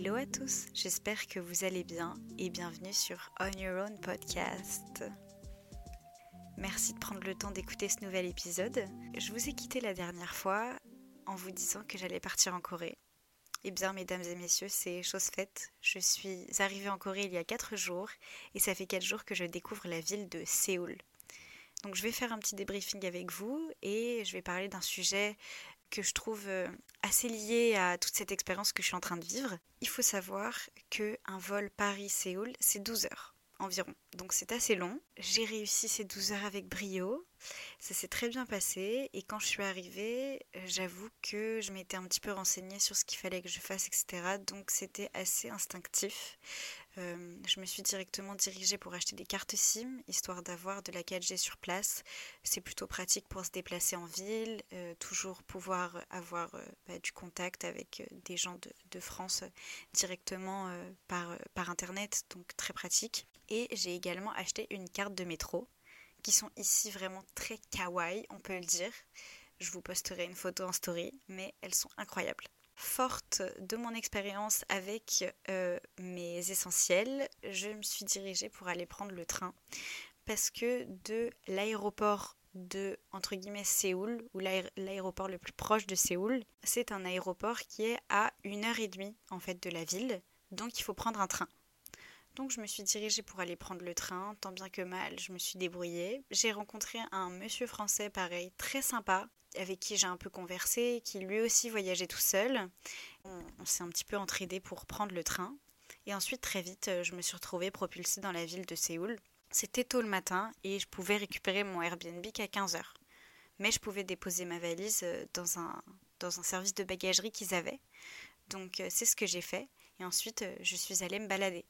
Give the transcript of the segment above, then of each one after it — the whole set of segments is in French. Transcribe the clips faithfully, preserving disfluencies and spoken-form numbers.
Hello à tous, j'espère que vous allez bien et bienvenue sur On Your Own Podcast. Merci de prendre le temps d'écouter ce nouvel épisode. Je vous ai quitté la dernière fois en vous disant que j'allais partir en Corée. Eh bien, mesdames et messieurs, c'est chose faite. Je suis arrivée en Corée il y a quatre jours et ça fait quatre jours que je découvre la ville de Séoul. Donc je vais faire un petit débriefing avec vous et je vais parler d'un sujet que je trouve assez lié à toute cette expérience que je suis en train de vivre. Il faut savoir qu'un vol Paris-Séoul, c'est douze heures environ. Donc c'est assez long. J'ai réussi ces douze heures avec brio. Ça s'est très bien passé. Et quand je suis arrivée, j'avoue que je m'étais un petit peu renseignée sur ce qu'il fallait que je fasse, et cetera. Donc c'était assez instinctif. Euh, je me suis directement dirigée pour acheter des cartes SIM, histoire d'avoir de la quatre G sur place. C'est plutôt pratique pour se déplacer en ville, euh, toujours pouvoir avoir euh, bah, du contact avec euh, des gens de, de France euh, directement euh, par, par internet, donc très pratique. Et j'ai également acheté une carte de métro, qui sont ici vraiment très kawaii, on peut le dire. Je vous posterai une photo en story, mais elles sont incroyables. Forte de mon expérience avec euh, mes essentiels, je me suis dirigée pour aller prendre le train parce que de l'aéroport de, entre guillemets, Séoul, ou l'aé- l'aéroport le plus proche de Séoul, c'est un aéroport qui est à une heure et demie en fait de la ville, donc il faut prendre un train. Donc je me suis dirigée pour aller prendre le train, tant bien que mal, je me suis débrouillée. J'ai rencontré un monsieur français pareil, très sympa, avec qui j'ai un peu conversé, qui lui aussi voyageait tout seul. On, on s'est un petit peu entraidés pour prendre le train. Et ensuite, très vite, je me suis retrouvée propulsée dans la ville de Séoul. C'était tôt le matin et je pouvais récupérer mon Airbnb qu'à quinze heures. Mais je pouvais déposer ma valise dans un, dans un service de bagagerie qu'ils avaient. Donc c'est ce que j'ai fait. Et ensuite, je suis allée me balader.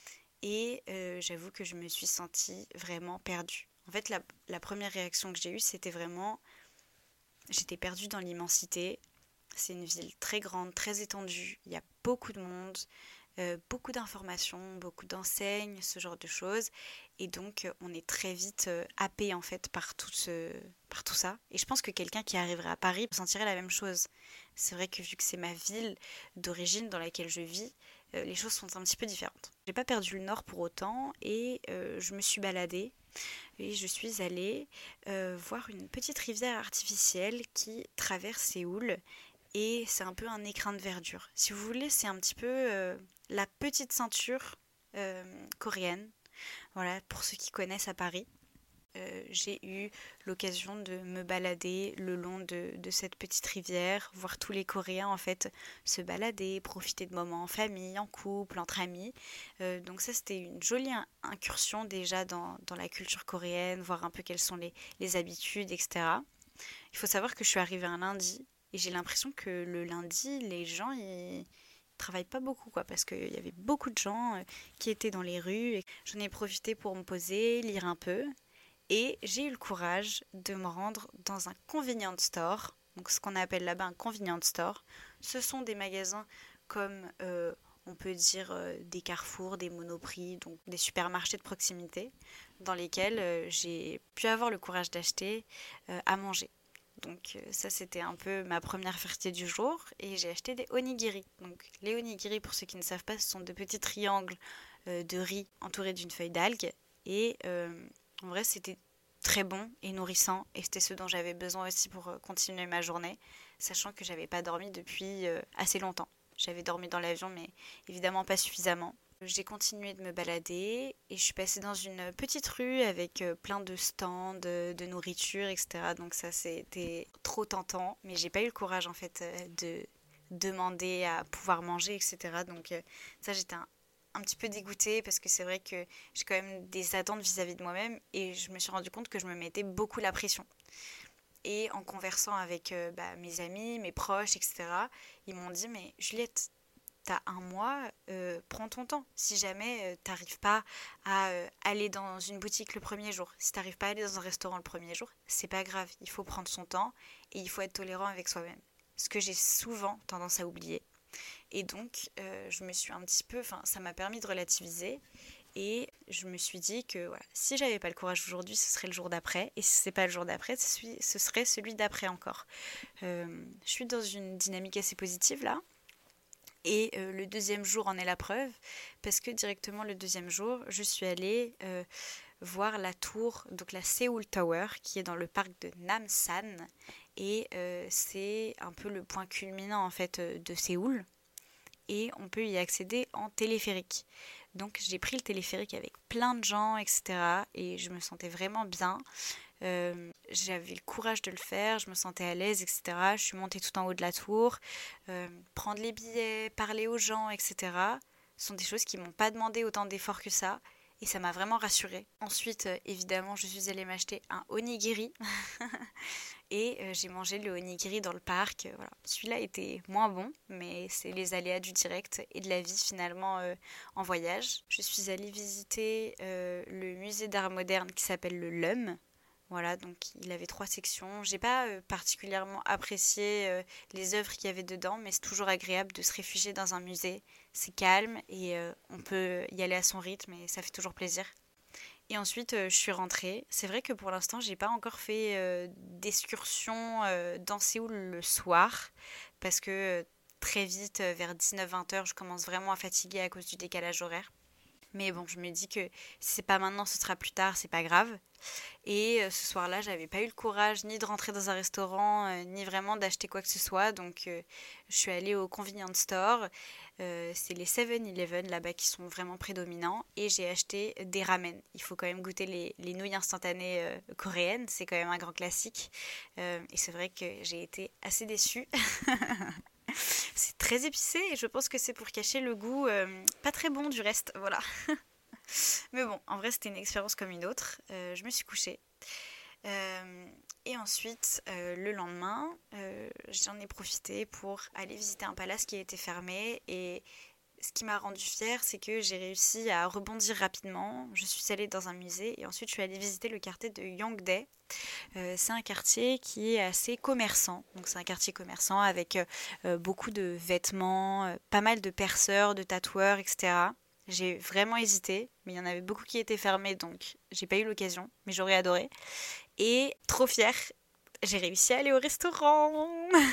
Et euh, j'avoue que je me suis sentie vraiment perdue. En fait, la, la première réaction que j'ai eue, c'était vraiment... J'étais perdue dans l'immensité. C'est une ville très grande, très étendue. Il y a beaucoup de monde, euh, beaucoup d'informations, beaucoup d'enseignes, ce genre de choses. Et donc, euh, on est très vite euh, happé en fait par tout, ce, par tout ça. Et je pense que quelqu'un qui arriverait à Paris sentirait la même chose. C'est vrai que vu que c'est ma ville d'origine dans laquelle je vis, euh, les choses sont un petit peu différentes. J'ai pas perdu le nord pour autant et euh, je me suis baladée et je suis allée euh, voir une petite rivière artificielle qui traverse Séoul et c'est un peu un écrin de verdure. Si vous voulez, c'est un petit peu euh, la petite ceinture euh, coréenne. Voilà, pour ceux qui connaissent à Paris. Euh, j'ai eu l'occasion de me balader le long de, de cette petite rivière, voir tous les Coréens en fait se balader, profiter de moments en famille, en couple, entre amis. Euh, donc ça c'était une jolie incursion déjà dans, dans la culture coréenne, voir un peu quelles sont les, les habitudes, et cetera. Il faut savoir que je suis arrivée un lundi et j'ai l'impression que le lundi les gens ils travaillent pas beaucoup quoi parce qu'il y avait beaucoup de gens euh, qui étaient dans les rues. Et j'en ai profité pour me poser, lire un peu. Et j'ai eu le courage de me rendre dans un convenience store, donc ce qu'on appelle là-bas un convenience store. Ce sont des magasins comme euh, on peut dire euh, des carrefours, des monoprix, donc des supermarchés de proximité, dans lesquels euh, j'ai pu avoir le courage d'acheter euh, à manger. Donc euh, ça c'était un peu ma première fierté du jour et j'ai acheté des onigiri. Donc les onigiri pour ceux qui ne savent pas ce sont de petits triangles euh, de riz entourés d'une feuille d'algue et euh, en vrai, c'était très bon et nourrissant et c'était ce dont j'avais besoin aussi pour continuer ma journée, sachant que j'avais pas dormi depuis euh, assez longtemps. J'avais dormi dans l'avion, mais évidemment pas suffisamment. J'ai continué de me balader et je suis passée dans une petite rue avec euh, plein de stands de, de nourriture, et cetera. Donc ça, c'était trop tentant, mais j'ai pas eu le courage en fait euh, de demander à pouvoir manger, et cetera. Donc euh, ça, j'étais un un petit peu dégoûtée parce que c'est vrai que j'ai quand même des attentes vis-à-vis de moi-même et je me suis rendu compte que je me mettais beaucoup la pression. Et en conversant avec euh, bah, mes amis, mes proches, et cetera, ils m'ont dit mais Juliette, t'as un mois, euh, prends ton temps. Si jamais euh, t'arrives pas à euh, aller dans une boutique le premier jour, si t'arrives pas à aller dans un restaurant le premier jour, c'est pas grave. Il faut prendre son temps et il faut être tolérant avec soi-même. Ce que j'ai souvent tendance à oublier. Et donc, euh, je me suis un petit peu... Enfin, ça m'a permis de relativiser. Et je me suis dit que voilà, si j'avais pas le courage aujourd'hui, ce serait le jour d'après. Et si c'est pas le jour d'après, ce serait celui d'après encore. Euh, je suis dans une dynamique assez positive là. Et euh, le deuxième jour en est la preuve, parce que directement le deuxième jour, je suis allée euh, voir la tour, donc la Seoul Tower, qui est dans le parc de Namsan. Et euh, c'est un peu le point culminant en fait euh, de Séoul. Et on peut y accéder en téléphérique. Donc j'ai pris le téléphérique avec plein de gens, et cetera. Et je me sentais vraiment bien. Euh, j'avais le courage de le faire, je me sentais à l'aise, et cetera. Je suis montée tout en haut de la tour. Euh, prendre les billets, parler aux gens, et cetera. Ce sont des choses qui m'ont pas demandé autant d'efforts que ça. Et ça m'a vraiment rassurée. Ensuite, euh, évidemment, je suis allée m'acheter un onigiri. Et euh, j'ai mangé le onigiri dans le parc. Euh, Voilà. Celui-là était moins bon, mais c'est les aléas du direct et de la vie finalement euh, en voyage. Je suis allée visiter euh, le musée d'art moderne qui s'appelle le L U M. Voilà, donc il avait trois sections. J'ai pas euh, particulièrement apprécié euh, les œuvres qu'il y avait dedans, mais c'est toujours agréable de se réfugier dans un musée. C'est calme et euh, on peut y aller à son rythme et ça fait toujours plaisir. Et ensuite, euh, je suis rentrée. C'est vrai que pour l'instant, j'ai pas encore fait euh, d'excursion euh, dans Séoul le soir, parce que euh, très vite, euh, vers dix-neuf vingt heures, je commence vraiment à fatiguer à cause du décalage horaire. Mais bon, je me dis que si c'est pas maintenant, ce sera plus tard, c'est pas grave. Et euh, ce soir-là, j'avais pas eu le courage ni de rentrer dans un restaurant, euh, ni vraiment d'acheter quoi que ce soit. Donc, euh, je suis allée au convenience store. Euh, c'est les seven eleven là-bas qui sont vraiment prédominants. Et j'ai acheté des ramen. Il faut quand même goûter les, les nouilles instantanées euh, coréennes. C'est quand même un grand classique. Euh, et c'est vrai que j'ai été assez déçue. C'est très épicé et je pense que c'est pour cacher le goût euh, pas très bon du reste. Voilà. Mais bon, en vrai, c'était une expérience comme une autre. Euh, je me suis couchée. Euh, et ensuite, euh, le lendemain, euh, j'en ai profité pour aller visiter un palace qui a été fermé. Et ce qui m'a rendue fière, c'est que j'ai réussi à rebondir rapidement. Je suis allée dans un musée et ensuite je suis allée visiter le quartier de Yongdae. Euh, c'est un quartier qui est assez commerçant. Donc c'est un quartier commerçant avec euh, beaucoup de vêtements, euh, pas mal de perceurs, de tatoueurs, et cetera. J'ai vraiment hésité, mais il y en avait beaucoup qui étaient fermés, donc j'ai pas eu l'occasion, mais j'aurais adoré. Et trop fière, j'ai réussi à aller au restaurant.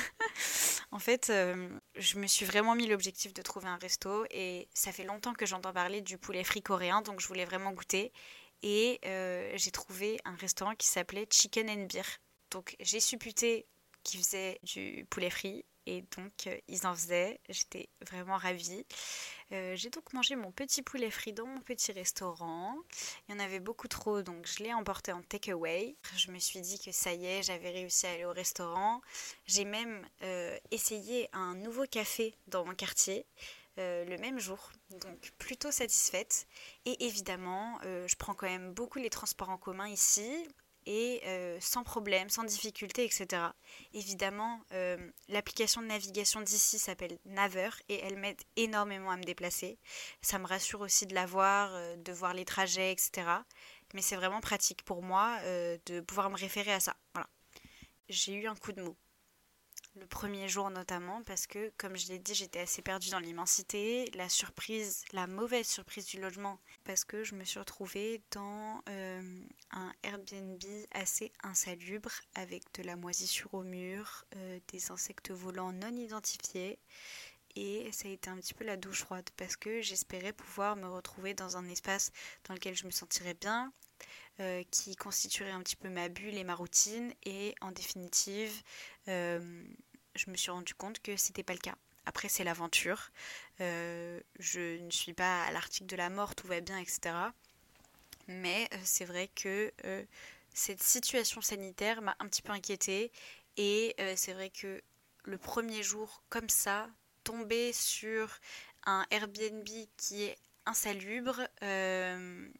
En fait, euh, je me suis vraiment mis l'objectif de trouver un resto et ça fait longtemps que j'entends parler du poulet frit coréen, donc je voulais vraiment goûter. Et euh, j'ai trouvé un restaurant qui s'appelait Chicken and Beer. Donc j'ai supputé qu'ils faisaient du poulet frit et donc euh, ils en faisaient. J'étais vraiment ravie. Euh, j'ai donc mangé mon petit poulet frit dans mon petit restaurant. Il y en avait beaucoup trop, donc je l'ai emporté en takeaway. Je me suis dit que ça y est, j'avais réussi à aller au restaurant. J'ai même euh, essayé un nouveau café dans mon quartier. Euh, le même jour, donc plutôt satisfaite. Et évidemment, euh, je prends quand même beaucoup les transports en commun ici et euh, sans problème, sans difficulté, et cetera. Évidemment, euh, l'application de navigation d'ici s'appelle Naver et elle m'aide énormément à me déplacer. Ça me rassure aussi de la voir, euh, de voir les trajets, et cetera. Mais c'est vraiment pratique pour moi euh, de pouvoir me référer à ça. Voilà. J'ai eu un coup de mou. Le premier jour notamment parce que, comme je l'ai dit, j'étais assez perdue dans l'immensité. La surprise, la mauvaise surprise du logement, parce que je me suis retrouvée dans euh, un Airbnb assez insalubre avec de la moisissure au mur, euh, des insectes volants non identifiés. Et ça a été un petit peu la douche froide parce que j'espérais pouvoir me retrouver dans un espace dans lequel je me sentirais bien, euh, qui constituerait un petit peu ma bulle et ma routine. Et en définitive, euh, je me suis rendu compte que c'était pas le cas. Après, c'est l'aventure. Euh, je ne suis pas à l'article de la mort, tout va bien, et cetera. Mais euh, c'est vrai que euh, cette situation sanitaire m'a un petit peu inquiétée. Et euh, c'est vrai que le premier jour, comme ça, tomber sur un Airbnb qui est insalubre, euh,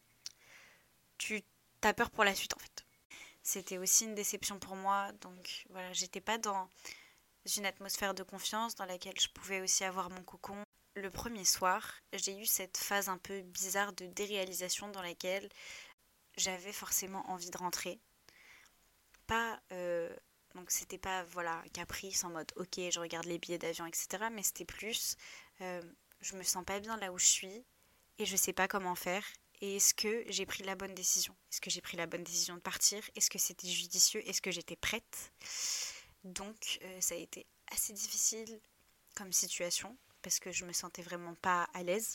tu as peur pour la suite en fait. C'était aussi une déception pour moi, donc voilà, j'étais pas dans une atmosphère de confiance dans laquelle je pouvais aussi avoir mon cocon. Le premier soir, j'ai eu cette phase un peu bizarre de déréalisation dans laquelle j'avais forcément envie de rentrer. Pas, euh, donc c'était pas voilà caprice en mode ok je regarde les billets d'avion et cetera. Mais c'était plus euh, je me sens pas bien là où je suis et je sais pas comment faire. Et est-ce que j'ai pris la bonne décision? Est-ce que j'ai pris la bonne décision de partir? Est-ce que c'était judicieux? Est-ce que j'étais prête? Donc euh, ça a été assez difficile comme situation. parce que je me sentais vraiment pas à l'aise.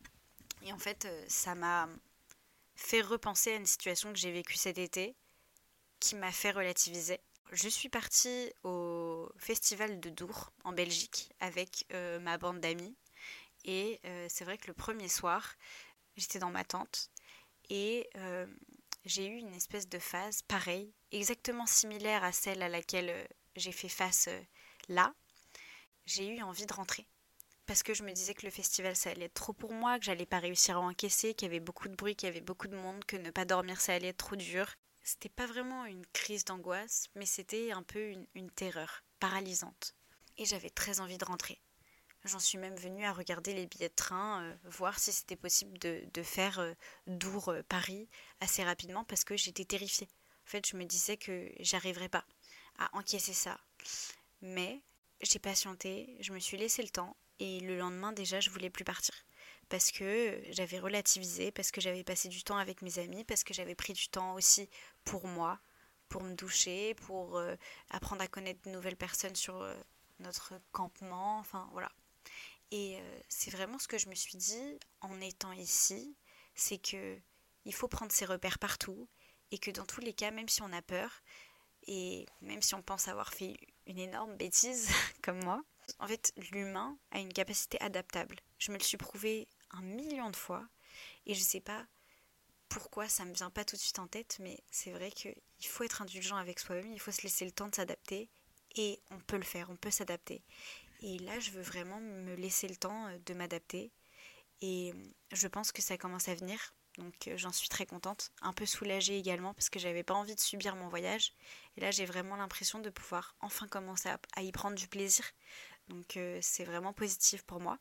Et en fait, ça m'a fait repenser à une situation que j'ai vécue cet été, qui m'a fait relativiser. Je suis partie au festival de Dour, en Belgique, avec euh, ma bande d'amis. Et euh, c'est vrai que le premier soir, j'étais dans ma tente et euh, j'ai eu une espèce de phase pareille, exactement similaire à celle à laquelle euh, j'ai fait face euh, là. J'ai eu envie de rentrer. Parce que je me disais que le festival ça allait être trop pour moi, que j'allais pas réussir à encaisser, qu'il y avait beaucoup de bruit, qu'il y avait beaucoup de monde, que ne pas dormir ça allait être trop dur. C'était pas vraiment une crise d'angoisse, mais c'était un peu une, une terreur paralysante. Et j'avais très envie de rentrer. J'en suis même venue à regarder les billets de train, euh, voir si c'était possible de, de faire euh, Dour-Paris assez rapidement parce que j'étais terrifiée. En fait, je me disais que j'arriverais pas à encaisser ça. Mais j'ai patienté, je me suis laissé le temps et le lendemain déjà je voulais plus partir. Parce que j'avais relativisé, parce que j'avais passé du temps avec mes amis, parce que j'avais pris du temps aussi pour moi, pour me doucher, pour euh, apprendre à connaître de nouvelles personnes sur euh, notre campement, enfin voilà. Et euh, c'est vraiment ce que je me suis dit en étant ici, c'est que il faut prendre ses repères partout et que dans tous les cas, même si on a peur et même si on pense avoir fait une énorme bêtise comme moi, en fait, l'humain a une capacité adaptable. Je me le suis prouvé un million de fois et je sais pas pourquoi ça me vient pas tout de suite en tête, mais c'est vrai qu'il faut être indulgent avec soi-même, il faut se laisser le temps de s'adapter et on peut le faire, on peut s'adapter. Et là, je veux vraiment me laisser le temps de m'adapter. Et je pense que ça commence à venir. Donc j'en suis très contente. Un peu soulagée également parce que j'avais pas envie de subir mon voyage. Et là, j'ai vraiment l'impression de pouvoir enfin commencer à, à y prendre du plaisir. Donc euh, c'est vraiment positif pour moi.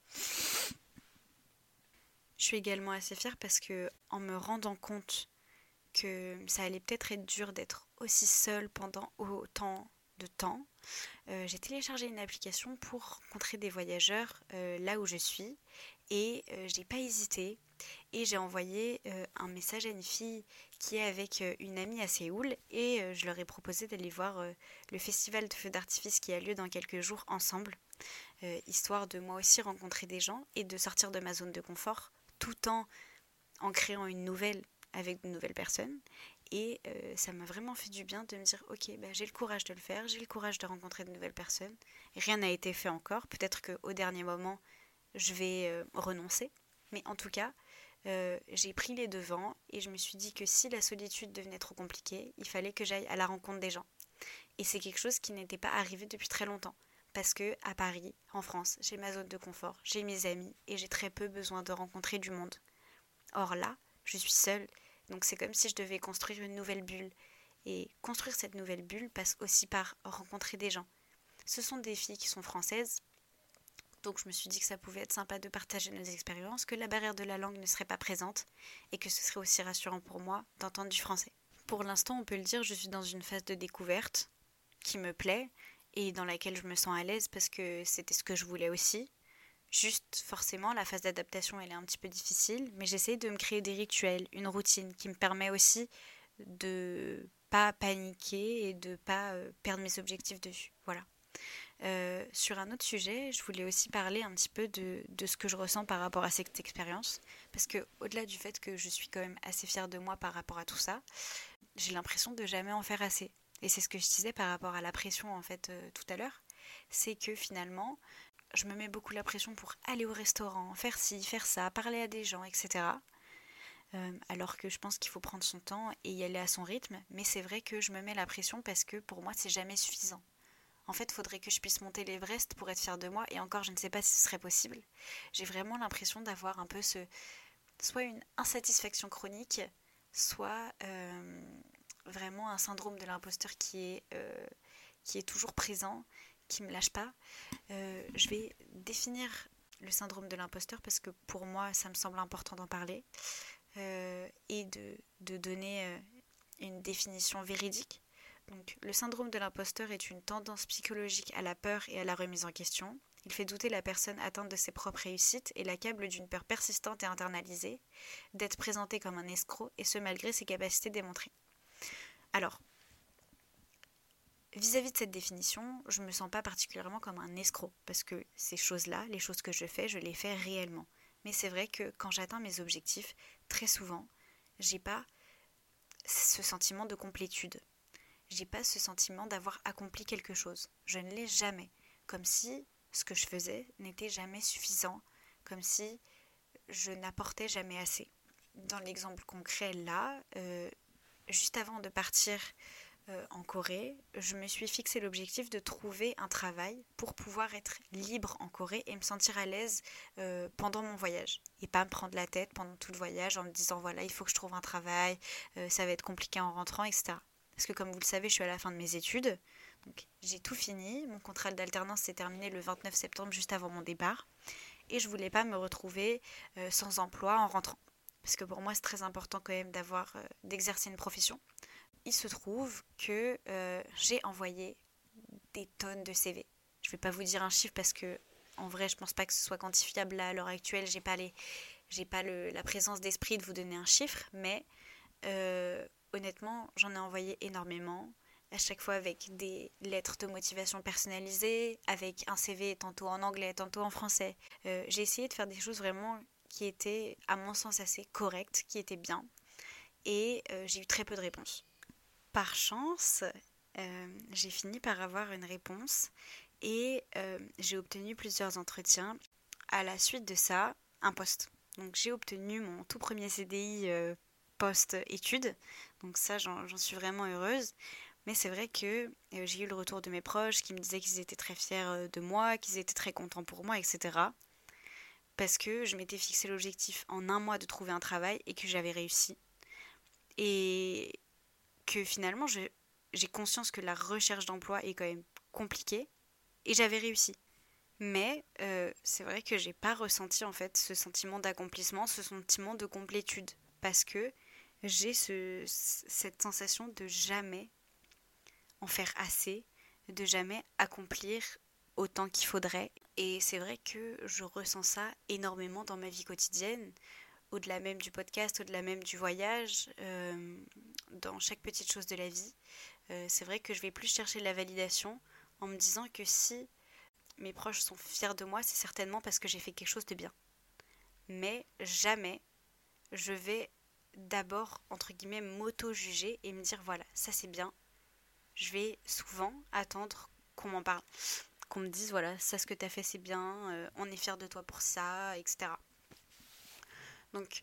Je suis également assez fière parce que en me rendant compte que ça allait peut-être être dur d'être aussi seule pendant autant de temps, Euh, j'ai téléchargé une application pour rencontrer des voyageurs euh, là où je suis et euh, j'ai pas hésité et j'ai envoyé euh, un message à une fille qui est avec euh, une amie à Séoul et euh, je leur ai proposé d'aller voir euh, le festival de feux d'artifice qui a lieu dans quelques jours ensemble, euh, histoire de moi aussi rencontrer des gens et de sortir de ma zone de confort tout en en créant une nouvelle avec de nouvelles personnes. Et euh, ça m'a vraiment fait du bien de me dire ok, bah, j'ai le courage de le faire, j'ai le courage de rencontrer de nouvelles personnes. Et rien n'a été fait encore. Peut-être qu'au dernier moment, je vais euh, renoncer. Mais en tout cas, euh, j'ai pris les devants et je me suis dit que si la solitude devenait trop compliquée, il fallait que j'aille à la rencontre des gens. Et c'est quelque chose qui n'était pas arrivé depuis très longtemps. Parce que à Paris, en France, j'ai ma zone de confort, j'ai mes amis et j'ai très peu besoin de rencontrer du monde. Or là, je suis seule, donc c'est comme si je devais construire une nouvelle bulle. Et construire cette nouvelle bulle passe aussi par rencontrer des gens. Ce sont des filles qui sont françaises, donc je me suis dit que ça pouvait être sympa de partager nos expériences, que la barrière de la langue ne serait pas présente, et que ce serait aussi rassurant pour moi d'entendre du français. Pour l'instant, on peut le dire, je suis dans une phase de découverte qui me plaît, et dans laquelle je me sens à l'aise parce que c'était ce que je voulais aussi. Juste, forcément, la phase d'adaptation, elle est un petit peu difficile, mais j'essaie de me créer des rituels, une routine qui me permet aussi de pas paniquer et de pas euh, perdre mes objectifs de vue. Voilà. Euh, sur un autre sujet, je voulais aussi parler un petit peu de, de ce que je ressens par rapport à cette expérience, parce que au-delà du fait que je suis quand même assez fière de moi par rapport à tout ça, j'ai l'impression de jamais en faire assez. Et c'est ce que je disais par rapport à la pression en fait euh, tout à l'heure, c'est que finalement je me mets beaucoup la pression pour aller au restaurant, faire ci, faire ça, parler à des gens, et cetera. Euh, alors que je pense qu'il faut prendre son temps et y aller à son rythme, mais c'est vrai que je me mets la pression parce que pour moi c'est jamais suffisant. En fait, il faudrait que je puisse monter l'Everest pour être fière de moi, et encore je ne sais pas si ce serait possible. J'ai vraiment l'impression d'avoir un peu ce, soit une insatisfaction chronique, soit euh, vraiment un syndrome de l'imposteur qui est, euh, qui est toujours présent, qui ne me lâche pas. Euh, je vais définir le syndrome de l'imposteur parce que pour moi, ça me semble important d'en parler euh, et de, de donner euh, une définition véridique. Donc, le syndrome de l'imposteur est une tendance psychologique à la peur et à la remise en question. Il fait douter la personne atteinte de ses propres réussites et l'accable d'une peur persistante et internalisée d'être présenté comme un escroc, et ce malgré ses capacités démontrées. Alors, vis-à-vis de cette définition, je me sens pas particulièrement comme un escroc, parce que ces choses-là, les choses que je fais, je les fais réellement. Mais c'est vrai que quand j'atteins mes objectifs, très souvent, j'ai pas ce sentiment de complétude. J'ai pas ce sentiment d'avoir accompli quelque chose. Je ne l'ai jamais. Comme si ce que je faisais n'était jamais suffisant, comme si je n'apportais jamais assez. Dans l'exemple concret là, euh, juste avant de partir euh, en Corée, je me suis fixé l'objectif de trouver un travail pour pouvoir être libre en Corée et me sentir à l'aise euh, pendant mon voyage. Et pas me prendre la tête pendant tout le voyage en me disant voilà, il faut que je trouve un travail, euh, ça va être compliqué en rentrant, et cetera. Parce que comme vous le savez, je suis à la fin de mes études, donc j'ai tout fini. Mon contrat d'alternance s'est terminé le vingt-neuf septembre, juste avant mon départ. Et je voulais pas me retrouver euh, sans emploi en rentrant. Parce que pour moi, c'est très important quand même d'avoir, euh, d'exercer une profession. Il se trouve que euh, j'ai envoyé des tonnes de C V. Je vais pas vous dire un chiffre parce que en vrai, je pense pas que ce soit quantifiable là, à l'heure actuelle. J'ai pas les, j'ai pas le, la présence d'esprit de vous donner un chiffre, mais euh, honnêtement, j'en ai envoyé énormément. À chaque fois avec des lettres de motivation personnalisées, avec un C V tantôt en anglais, tantôt en français. Euh, j'ai essayé de faire des choses vraiment qui étaient, à mon sens, assez correctes, qui étaient bien. Et euh, j'ai eu très peu de réponses. Par chance, euh, j'ai fini par avoir une réponse et euh, j'ai obtenu plusieurs entretiens. À la suite de ça, un poste. Donc j'ai obtenu mon tout premier C D I euh, post-études. Donc ça, j'en, j'en suis vraiment heureuse. Mais c'est vrai que euh, j'ai eu le retour de mes proches qui me disaient qu'ils étaient très fiers de moi, qu'ils étaient très contents pour moi, et cetera. Parce que je m'étais fixé l'objectif en un mois de trouver un travail et que j'avais réussi. Et que finalement, je, j'ai conscience que la recherche d'emploi est quand même compliquée et j'avais réussi. Mais euh, c'est vrai que j'ai pas ressenti en fait ce sentiment d'accomplissement, ce sentiment de complétude. Parce que j'ai ce, cette sensation de jamais en faire assez, de jamais accomplir autant qu'il faudrait. Et c'est vrai que je ressens ça énormément dans ma vie quotidienne, au-delà même du podcast, au-delà même du voyage, euh, dans chaque petite chose de la vie. Euh, c'est vrai que je vais plus chercher la validation en me disant que si mes proches sont fiers de moi, c'est certainement parce que j'ai fait quelque chose de bien. Mais jamais je vais d'abord, entre guillemets, m'auto-juger et me dire voilà, ça c'est bien. Je vais souvent attendre qu'on m'en parle, qu'on me dise voilà, ça ce que t'as fait c'est bien, euh, on est fiers de toi pour ça, et cetera. Donc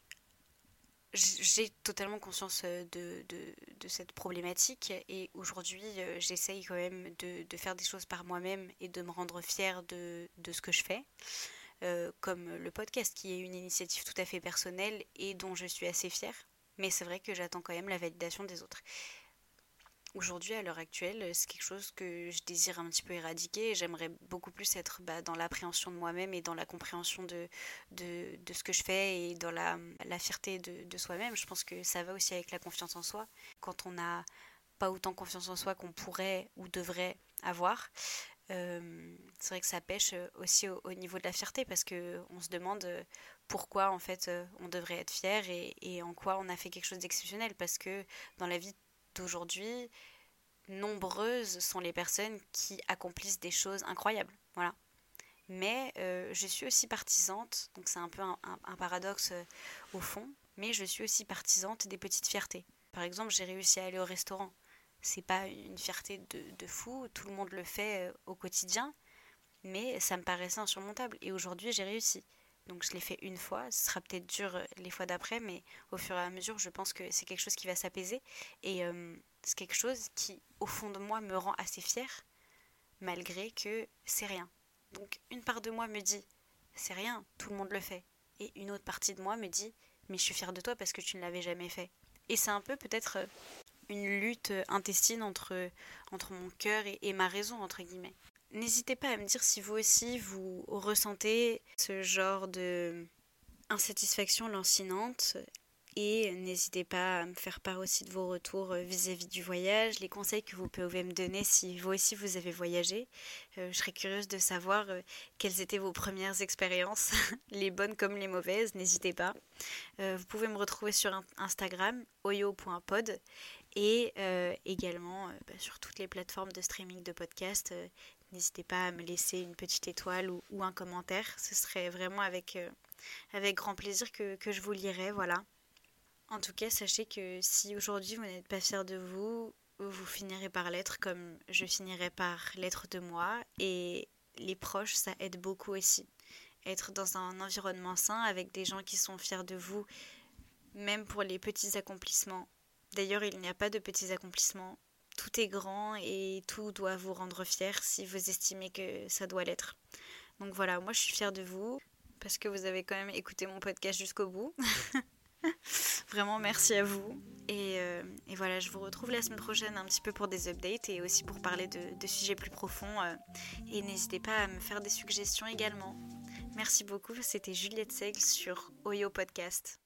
j'ai totalement conscience de, de, de cette problématique et aujourd'hui euh, j'essaye quand même de, de faire des choses par moi-même et de me rendre fière de, de ce que je fais, euh, comme le podcast qui est une initiative tout à fait personnelle et dont je suis assez fière, mais c'est vrai que j'attends quand même la validation des autres. Aujourd'hui, à l'heure actuelle, c'est quelque chose que je désire un petit peu éradiquer et j'aimerais beaucoup plus être bah, dans l'appréhension de moi-même et dans la compréhension de, de, de ce que je fais et dans la, la fierté de, de soi-même. Je pense que ça va aussi avec la confiance en soi. Quand on n'a pas autant confiance en soi qu'on pourrait ou devrait avoir, euh, c'est vrai que ça pêche aussi au, au niveau de la fierté parce qu'on se demande pourquoi en fait on devrait être fier et, et en quoi on a fait quelque chose d'exceptionnel parce que dans la vie d'aujourd'hui, nombreuses sont les personnes qui accomplissent des choses incroyables. Voilà. Mais euh, je suis aussi partisante, donc c'est un peu un, un, un paradoxe euh, au fond, mais je suis aussi partisante des petites fiertés. Par exemple, j'ai réussi à aller au restaurant. C'est pas une fierté de, de fou, tout le monde le fait euh, au quotidien, mais ça me paraissait insurmontable. Et aujourd'hui, j'ai réussi. Donc je l'ai fait une fois, ce sera peut-être dur les fois d'après, mais au fur et à mesure, je pense que c'est quelque chose qui va s'apaiser. Et euh, c'est quelque chose qui, au fond de moi, me rend assez fière, malgré que c'est rien. Donc une part de moi me dit, c'est rien, tout le monde le fait. Et une autre partie de moi me dit, mais je suis fière de toi parce que tu ne l'avais jamais fait. Et c'est un peu peut-être une lutte intestine entre, entre mon cœur et, et ma raison, entre guillemets. N'hésitez pas à me dire si vous aussi vous ressentez ce genre de insatisfaction lancinante et n'hésitez pas à me faire part aussi de vos retours vis-à-vis du voyage, les conseils que vous pouvez me donner si vous aussi vous avez voyagé. Euh, je serais curieuse de savoir euh, quelles étaient vos premières expériences, les bonnes comme les mauvaises, n'hésitez pas. Euh, vous pouvez me retrouver sur Instagram, oyo point pod Et euh, également euh, bah, sur toutes les plateformes de streaming de podcast, euh, n'hésitez pas à me laisser une petite étoile ou, ou un commentaire. Ce serait vraiment avec, euh, avec grand plaisir que, que je vous lirai, voilà. En tout cas, sachez que si aujourd'hui vous n'êtes pas fier de vous, vous finirez par l'être comme je finirai par l'être de moi. Et les proches, ça aide beaucoup aussi. Être dans un environnement sain avec des gens qui sont fiers de vous, même pour les petits accomplissements. D'ailleurs, il n'y a pas de petits accomplissements. Tout est grand et tout doit vous rendre fier si vous estimez que ça doit l'être. Donc voilà, moi je suis fière de vous parce que vous avez quand même écouté mon podcast jusqu'au bout. Vraiment merci à vous. Et, euh, et voilà, je vous retrouve la semaine prochaine un petit peu pour des updates et aussi pour parler de, de sujets plus profonds. Euh, et n'hésitez pas à me faire des suggestions également. Merci beaucoup, c'était Juliette Seigle sur Oyo Podcast.